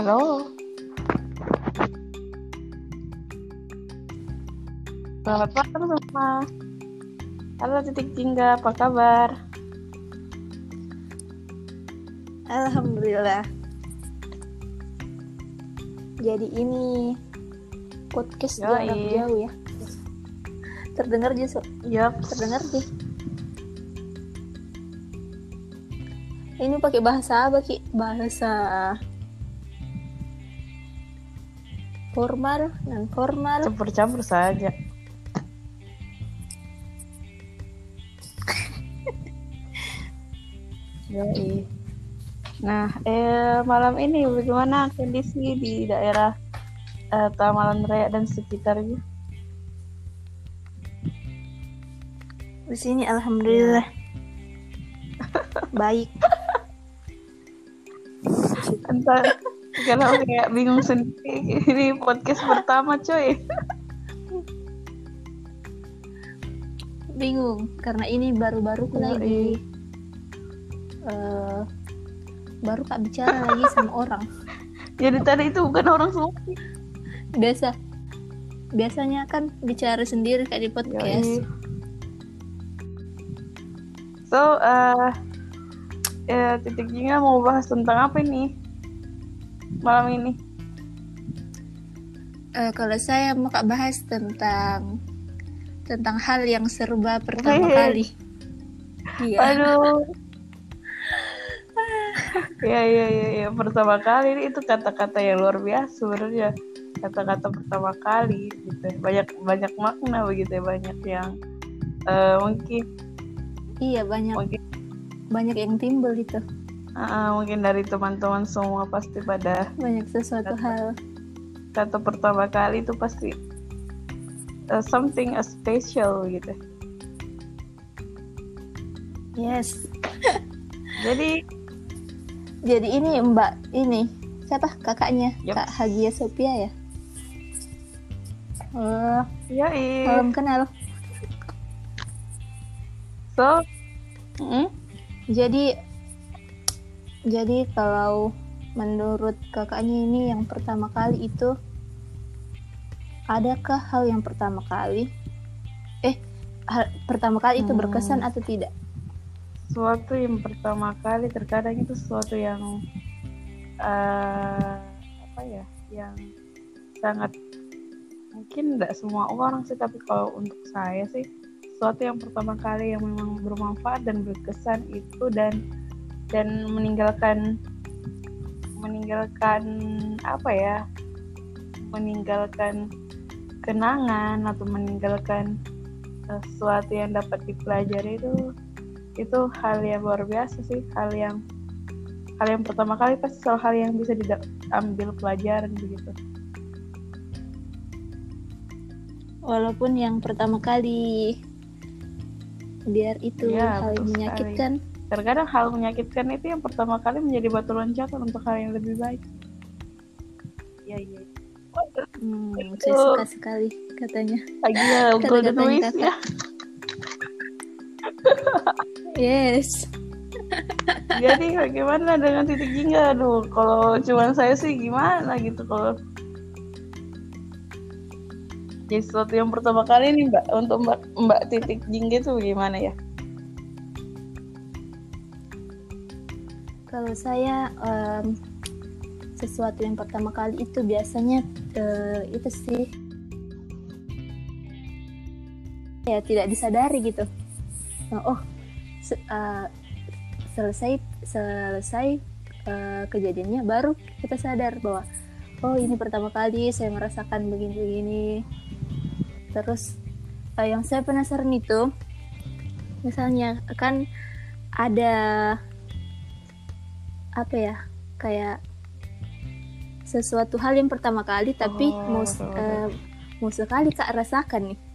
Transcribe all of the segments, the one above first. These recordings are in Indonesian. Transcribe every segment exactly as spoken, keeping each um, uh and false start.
Halo. Selamat malam semua. Halo Titik Jingga, apa kabar? Alhamdulillah. Jadi ini podcast Yoi. jarak jauh ya. Terdengar justru. Yup. Terdengar sih. Ini pakai bahasa apa Ki? Bahasa formal, non formal. Campur-campur saja. Yoi. Nah, eh, malam ini bagaimana kondisi di daerah eh, Tamalan Raya dan sekitarnya? Di sini alhamdulillah baik. Entar kenapa kayak bingung sendiri. Ini podcast pertama coy. Bingung karena ini baru-baru Yoi. lagi uh, baru Kak bicara lagi sama orang. Jadi tadi itu bukan orang semua. Biasa biasanya kan bicara sendiri kayak di podcast. Yoi. So, uh, ya, Titik Jingga mau bahas tentang apa ini malam ini? Uh, kalau saya mau Kak bahas tentang tentang hal yang serba pertama Wih. kali. Iya. Aduh. Ya, ya, ya, ya, pertama kali ini itu kata-kata yang luar biasa sebenarnya. Kata-kata pertama kali gitu. Banyak banyak makna begitu ya, banyak yang uh, mungkin Iya banyak mungkin banyak yang timbul itu. uh, mungkin dari teman-teman semua pasti pada Banyak sesuatu Kata- hal. kata pertama kali itu pasti uh, something special gitu. Yes. Jadi Jadi ini Mbak ini siapa kakaknya? Yup. Kak Hagia Sophia ya? Oh, ya belum kenal. so mm, Jadi jadi kalau menurut kakaknya ini yang pertama kali itu, adakah hal yang pertama kali eh hal pertama kali itu Hmm. berkesan atau tidak? sesuatu yang pertama kali terkadang itu sesuatu yang uh, apa ya, yang sangat mungkin tidak semua orang sih, tapi kalau untuk saya sih sesuatu yang pertama kali yang memang bermanfaat dan berkesan itu dan dan meninggalkan meninggalkan apa ya meninggalkan kenangan atau meninggalkan uh, sesuatu yang dapat dipelajari itu itu hal yang luar biasa sih, hal yang hal yang pertama kali pasti selalu hal yang bisa diambil pelajaran begitu. Walaupun yang pertama kali biar itu Ya, hal yang betul menyakitkan. Terkadang hal menyakitkan itu yang pertama kali menjadi batu loncatan untuk hal yang lebih baik. Ya, iya. Hmm, Betul. saya suka sekali katanya. Lagi ya, golden Kata-katanya wish kakak. ya. Yes. Jadi bagaimana dengan Titik Jingga? Aduh, kalau cuman saya sih gimana gitu kalau jadi sesuatu yang pertama kali nih Mbak, untuk Mbak Mbak Titik Jingga itu gimana ya? Kalau saya em, sesuatu yang pertama kali itu biasanya eh, itu sih ya tidak disadari gitu. Oh, se- eh, selesai selesai eh, kejadiannya baru kita sadar bahwa oh ini pertama kali saya merasakan begini-begini. Terus eh, yang saya penasaran itu misalnya kan ada apa ya, kayak sesuatu hal yang pertama kali tapi Oh, mau betul, betul. eh, mau sekali Kak rasakan nih.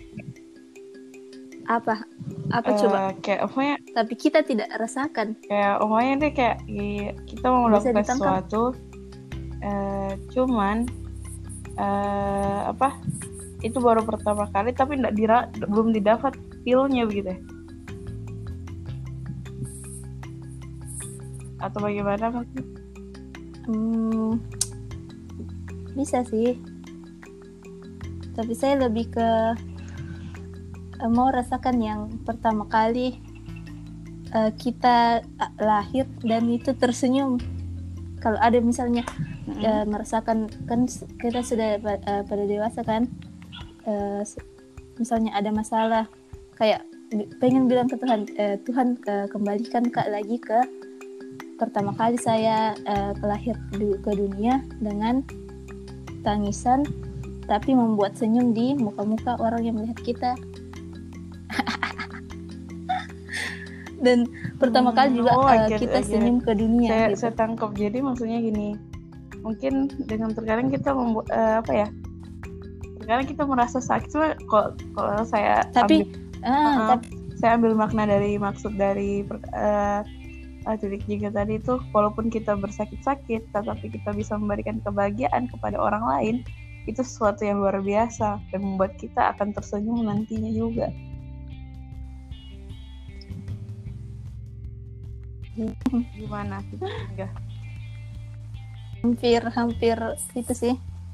Apa apa Eh, coba? kayak apa ya? Tapi kita tidak rasakan. Kayak umumnya deh kayak i- kita mau Bisa melakukan ditangkap. sesuatu, eh, cuman eh, apa? Itu baru pertama kali tapi nggak dira- belum didapat feel-nya begitu ya? Atau bagaimana mungkin? Hmm, bisa sih, tapi saya lebih ke uh, mau rasakan yang pertama kali uh, kita uh, lahir dan itu tersenyum. Kalau ada misalnya mm-hmm. uh, merasakan, kan kita sudah uh, pada dewasa kan, uh, misalnya ada masalah kayak pengen bilang ke Tuhan, uh, Tuhan uh, kembalikan Kak lagi ke pertama kali saya uh, kelahir du- ke dunia dengan tangisan tapi membuat senyum di muka-muka orang yang melihat kita. Dan pertama hmm, kali juga oh, uh, get, kita senyum ke dunia. Saya, gitu. saya tangkap. Jadi maksudnya gini, mungkin dengan terkadang kita membuat uh, apa ya? Terkadang kita merasa sakit. Cuma kalau kalau saya tapi, ambil, uh, uh, tapi saya ambil makna dari maksud dari uh, uh, titik jika tadi itu, walaupun kita bersakit-sakit, tetapi kita bisa memberikan kebahagiaan kepada orang lain, itu sesuatu yang luar biasa dan membuat kita akan tersenyum nantinya juga. Gimana gitu enggak? Hampir hampir itu sih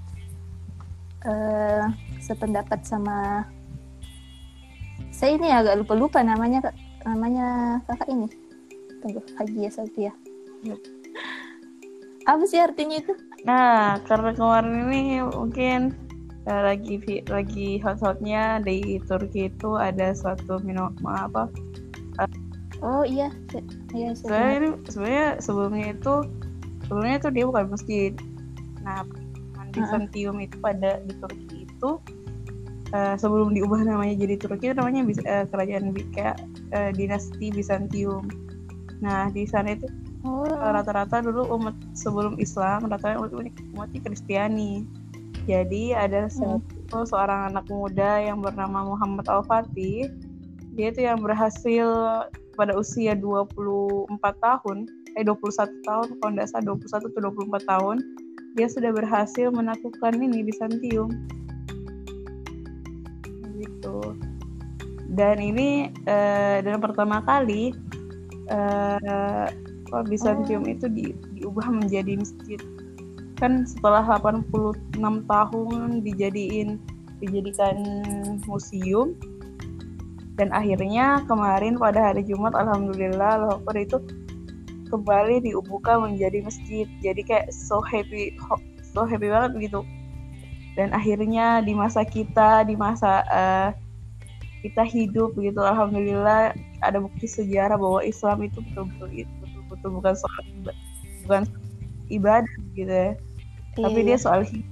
uh, sependapat sama saya. Ini agak lupa-lupa namanya namanya kakak ini. Tunggu, Hagia Sophia. Yep. Apa sih artinya itu? Nah, karena kemarin ini mungkin uh, lagi lagi hot-hotnya di Turki itu ada suatu minum apa? Uh, oh iya, iya. Sebenarnya ini sebenarnya sebelumnya itu sebelumnya itu dia bukan masjid. Nah, Bizantium uh-huh. itu pada di Turki itu uh, sebelum diubah namanya jadi Turki itu namanya uh, kerajaan kayak uh, dinasti Bizantium. Nah, di sana itu oh. rata-rata dulu umat sebelum Islam rata-rata umat umatnya Kristiani. Jadi ada satu hmm. seorang anak muda yang bernama Muhammad Al-Fatih. Dia itu yang berhasil pada usia dua puluh empat tahun, eh dua puluh satu tahun kalau enggak salah, dua puluh satu atau dua puluh empat tahun, dia sudah berhasil menaklukkan ini Bizantium. Gitu. Dan ini eh, dan pertama kali eh Bizantium oh. itu di, diubah menjadi masjid. Kan setelah delapan puluh enam tahun dijadiin dijadikan museum. Dan akhirnya kemarin pada hari Jumat, alhamdulillah, Allahu Akbar, itu kembali dibuka menjadi masjid. Jadi kayak so happy, so happy banget begitu. Dan akhirnya di masa kita, di masa uh, kita hidup begitu, alhamdulillah ada bukti sejarah bahwa Islam itu betul-betul betul-betul bukan soal bukan ibadah gitu ya. Iya. Tapi dia soal hidup.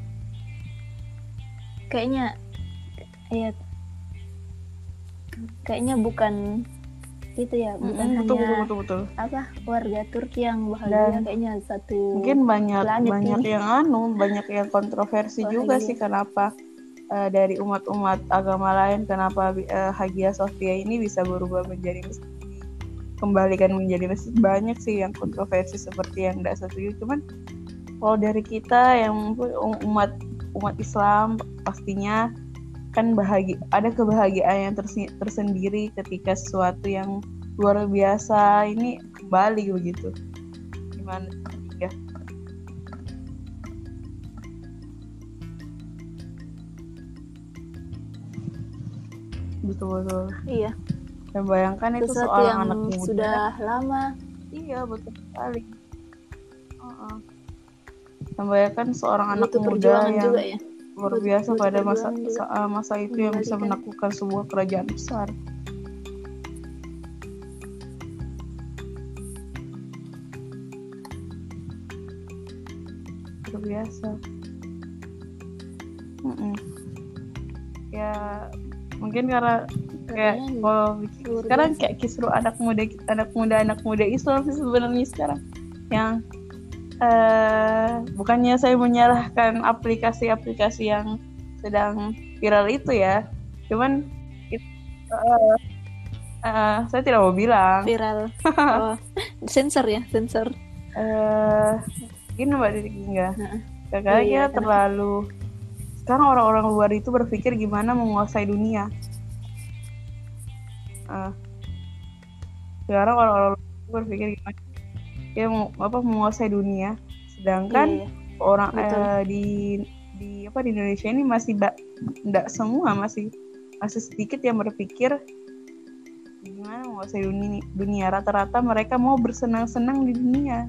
Kayaknya iya. Kayaknya bukan itu ya, bukan mm-hmm, hanya betul, betul, betul, betul. apa warga Turki yang bahagia. Dan kayaknya satu mungkin banyak banyak ini. yang anu banyak yang kontroversi bahagia. Juga sih kenapa uh, dari umat-umat agama lain kenapa uh, Hagia Sophia ini bisa berubah menjadi masjid, kembalikan menjadi masjid. Banyak sih yang kontroversi seperti yang tidak setuju. Cuman kalau dari kita yang umat umat Islam pastinya kan bahagia, ada kebahagiaan yang tersi- tersendiri ketika sesuatu yang luar biasa ini kembali begitu. Gimana ya? Betul-betul. Iya. Dan bayangkan itu sesuatu seorang yang anak muda sudah lama. Iya, betul sekali. Uh-uh. Dan bayangkan seorang anak muda yang juga, ya? luar biasa pada masa masa itu yang bisa menaklukkan sebuah kerajaan besar. Luar biasa. Mm-mm. Ya mungkin karena kayak kalau sekarang kayak kisru anak muda anak muda anak muda Islam sih sebenarnya sekarang yang Uh, bukannya saya menyalahkan aplikasi-aplikasi yang sedang viral itu ya, cuman it, uh, uh, saya tidak mau bilang viral. Oh, sensor ya, sensor. Uh, gini Mbak Didi enggak? Karena iya, kita terlalu sekarang orang-orang luar itu berpikir gimana menguasai dunia. Uh, sekarang orang-orang luar berpikir gimana dia mau apa menguasai dunia, sedangkan iya, iya. orang Betul. eh, di di apa di Indonesia ini masih tidak semua masih masih sedikit yang berpikir gimana menguasai dunia, dunia. Rata-rata mereka mau bersenang-senang di dunia.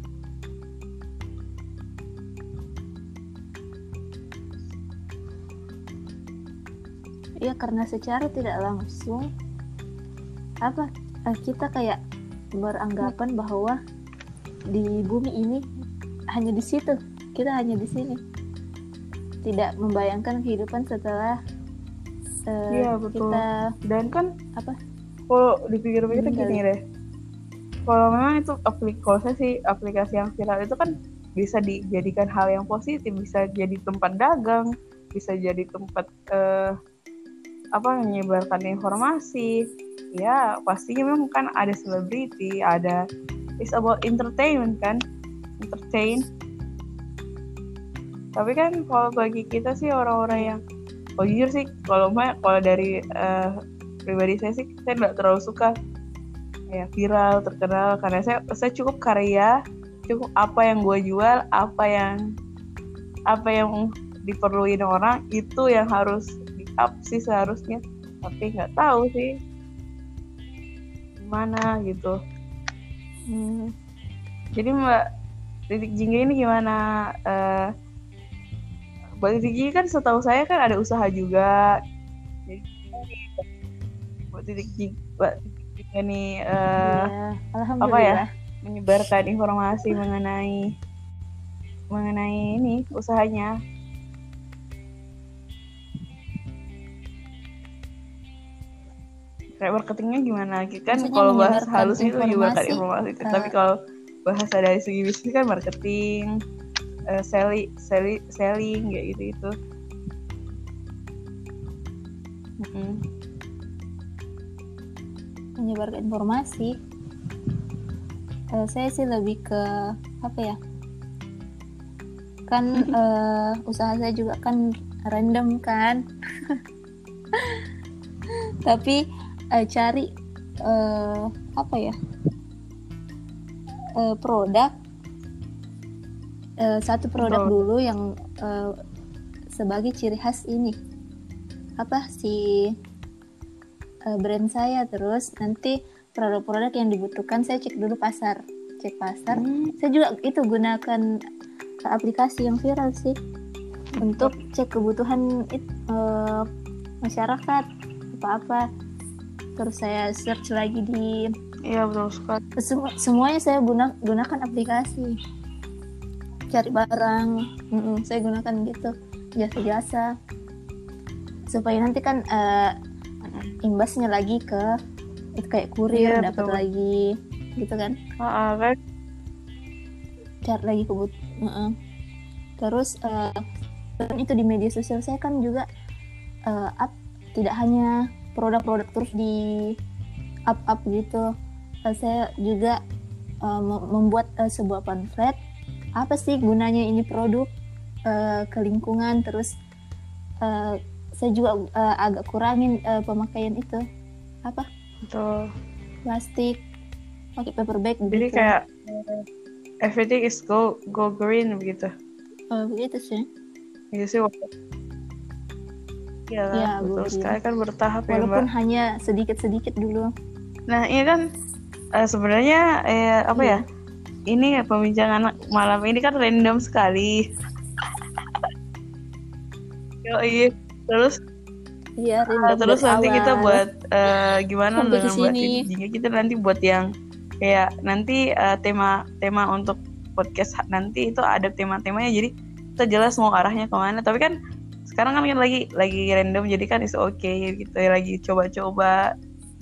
Ya karena secara tidak langsung apa eh, kita kayak beranggapan bahwa di bumi ini hanya di situ, kita hanya di sini, tidak membayangkan kehidupan setelah uh, Iya betul. kita Dan kan apa kalau dipikir-pikir meninggal. gini deh, kalau memang itu aplikasi, kalau saya sih aplikasi yang viral itu kan bisa dijadikan hal yang positif, bisa jadi tempat dagang, bisa jadi tempat uh, apa menyebarkan informasi. Ya pastinya memang kan ada selebriti, ada, it's about entertainment kan, entertain. Tapi kan kalau bagi kita sih orang-orang yang, oh jujur sih kalau mah kalau dari uh, pribadi saya sih saya nggak terlalu suka ya viral terkenal, karena saya saya cukup karya, cukup apa yang gue jual, apa yang apa yang diperluin orang itu yang harus di up sih seharusnya. Tapi nggak tahu sih gimana gitu. hmm. Jadi Mbak Titik Jingga ini gimana? Uh, Mbak Titik Jingga kan setahu saya kan ada usaha juga. Jadi Mbak Titik Jingga, Mbak Titik Jingga nih uh, Ya, apa ya, menyebarkan informasi mengenai mengenai ini usahanya. Kayak marketingnya gimana? Kan kalau bahas halus itu menyebarkan informasi. Uh, Tapi kalau bahasa dari segi bisnis kan marketing, uh, selling, selling, selling kayak gitu itu. Mm-hmm. Menyebarkan informasi. Uh, saya sih lebih ke apa ya? Kan uh, usaha saya juga kan random kan. Tapi uh, cari uh, apa ya? Uh, produk uh, satu produk oh. dulu yang uh, sebagai ciri khas ini apa si uh, brand saya, terus nanti produk-produk yang dibutuhkan saya cek dulu pasar cek pasar hmm. Saya juga itu gunakan aplikasi yang viral sih untuk cek kebutuhan it, uh, masyarakat apa-apa, terus saya search lagi di iya betul sekali. Sem- semuanya saya guna- gunakan aplikasi cari barang. Mm-mm, saya gunakan gitu jasa-jasa supaya nanti kan uh, imbasnya lagi ke itu kayak kurir iya, dapat lagi gitu kan. Uh, kan cari lagi kebut uh-uh. Terus uh, itu di media sosial saya kan juga uh, up tidak hanya produk-produk terus di up-up gitu. Saya juga uh, membuat uh, sebuah pamflet apa sih gunanya ini produk uh, ke lingkungan, terus uh, saya juga uh, agak kurangin uh, pemakaian itu apa betul plastik, pakai paper bag jadi gitu. Kayak uh, everything is go go green begitu. Oh begitu sih. Iya sih. Iya ya, betul sekali kan bertahap walaupun ya Mbak. Walaupun hanya sedikit-sedikit dulu. Nah iya kan uh, sebenarnya eh, apa iya. ya ini pembincangan malam ini kan random sekali. Yo iya terus iya random uh, terus nanti awal. Kita buat uh, gimana dengan Mbak Titik, kita nanti buat yang kayak nanti uh, tema tema untuk podcast nanti itu ada tema-temanya, jadi kita jelas mau arahnya kemana. Tapi kan sekarang kan lagi lagi random, jadi kan is oke okay, gitu ya, lagi coba-coba.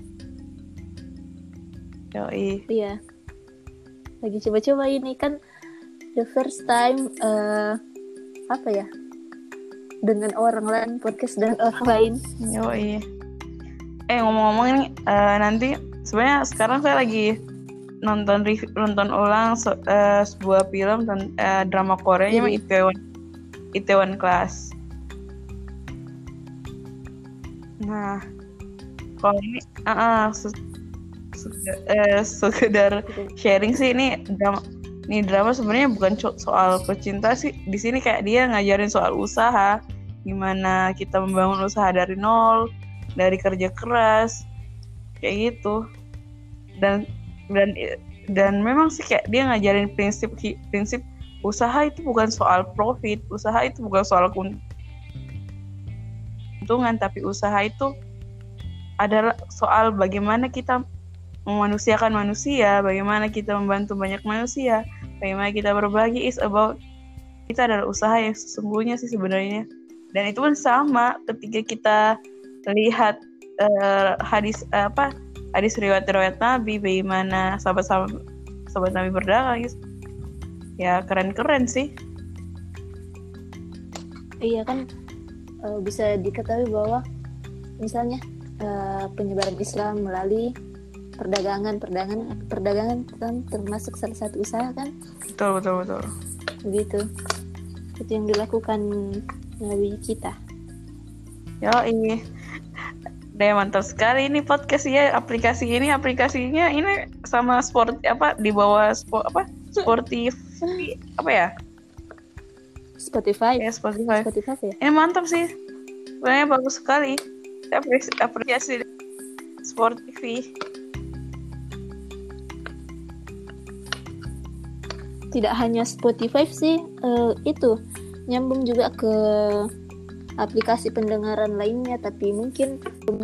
Yoi. Iya. Lagi coba-coba ini kan the first time uh, apa ya? Dengan orang lain podcast dan orang lain. Yoi. Eh ngomong-ngomong ini uh, nanti sebenarnya sekarang saya lagi nonton review, nonton ulang se- uh, sebuah film uh, drama Korea namanya Itaewon Itaewon Class. Nah, kalau ini uh, uh, se- se- uh, sekedar sharing sih, ini drama nih drama sebenarnya bukan co- soal pecinta sih. Di sini kayak dia ngajarin soal usaha, gimana kita membangun usaha dari nol, dari kerja keras, kayak gitu. Dan dan dan memang sih kayak dia ngajarin prinsip prinsip usaha itu bukan soal profit, usaha itu bukan soal keuntungan, tapi usaha itu adalah soal bagaimana kita memanusiakan manusia, bagaimana kita membantu banyak manusia, bagaimana kita berbagi. Is about kita adalah usaha yang sesungguhnya sih sebenarnya. Dan itu pun sama ketika kita lihat uh, hadis uh, apa hadis riwayat-riwayat Nabi, bagaimana sahabat-sahabat sahabat Nabi berdagang, guys. Ya keren-keren sih. Iya kan, uh, bisa diketahui bahwa misalnya uh, penyebaran Islam melalui perdagangan, perdagangan, perdagangan kan termasuk salah satu usaha kan? Betul, betul, betul. Begitu. Itu yang dilakukan Nabi kita. Yo, ini deh mantap sekali ini podcast ya. Aplikasi ini aplikasinya ini sama sport apa di bawah sport apa sportif apa ya? Spotify. Ya Spotify. Spotify ya. Ini mantap sih. Sebenarnya bagus sekali. Saya apresiasi Sport T V. Tidak hanya Spotify sih, uh, itu nyambung juga ke aplikasi pendengaran lainnya, tapi mungkin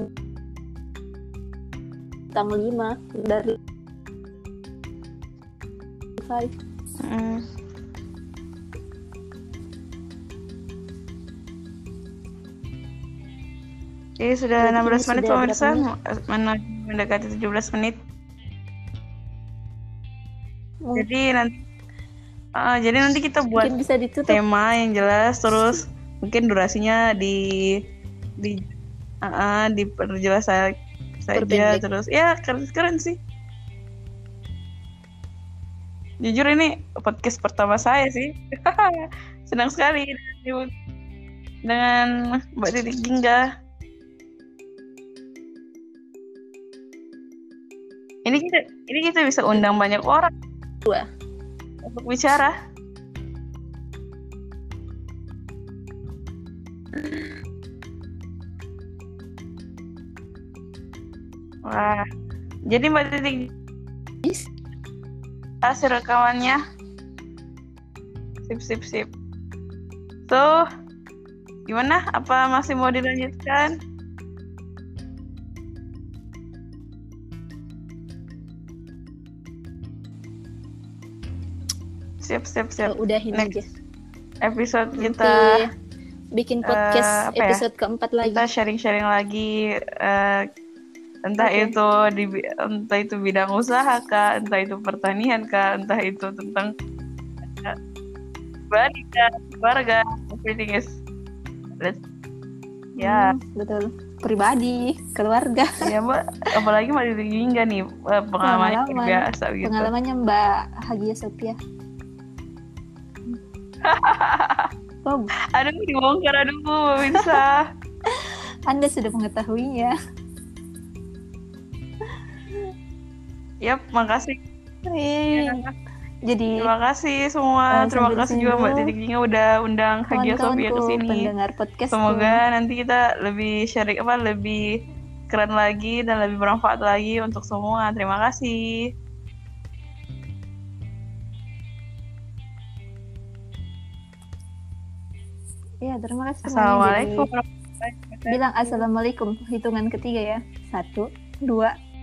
tang lima dari Spotify. Mm. Jadi sudah Jadi enam belas menit sudah pemirsa, menit? mendekati tujuh belas menit. Oh. Jadi nanti Uh, jadi nanti kita buat bisa tema yang jelas, terus mungkin durasinya di di uh, uh, diperjelas saja, Perpendek. Terus ya keren-keren sih. Jujur ini podcast pertama saya sih. Senang sekali dengan Mbak Titik Jingga. Ini kita ini kita bisa undang banyak orang. Dua. Untuk bicara. Wah, jadi Mbak Titik hasil rekamannya sip sip sip. So, gimana? Apa masih mau dilanjutkan? Siap, siap, siap. Oh, udahin Next aja. Episode Nanti kita bikin podcast uh, episode ya? keempat lagi. Kita sharing-sharing lagi, uh, entah okay. itu di entah itu bidang usaha kah, entah itu pertanian kah, entah itu tentang keluarga, keluarga, everything is let's ya. Hmm, betul. Pribadi, keluarga. Ya Mbak, apalagi Mbak Titik Jingga nih pengalamannya Pengalaman, biasa gitu. Pengalamannya Mbak Hagia Sophia. Oh. Aduh dibongkar, aduh pemirsa. Anda sudah mengetahuinya. Yap, makasih. Ya. Jadi terima kasih semua. Uh, terima kasih juga Mbak Titik Jingga udah undang Hagia Sophia ke sini. Pendengar podcast. Semoga nanti kita lebih sharing apa lebih keren lagi dan lebih bermanfaat lagi untuk semua. Terima kasih. Ya, terima kasih. Assalamualaikum. Bilang assalamualaikum hitungan ketiga ya. Satu, dua,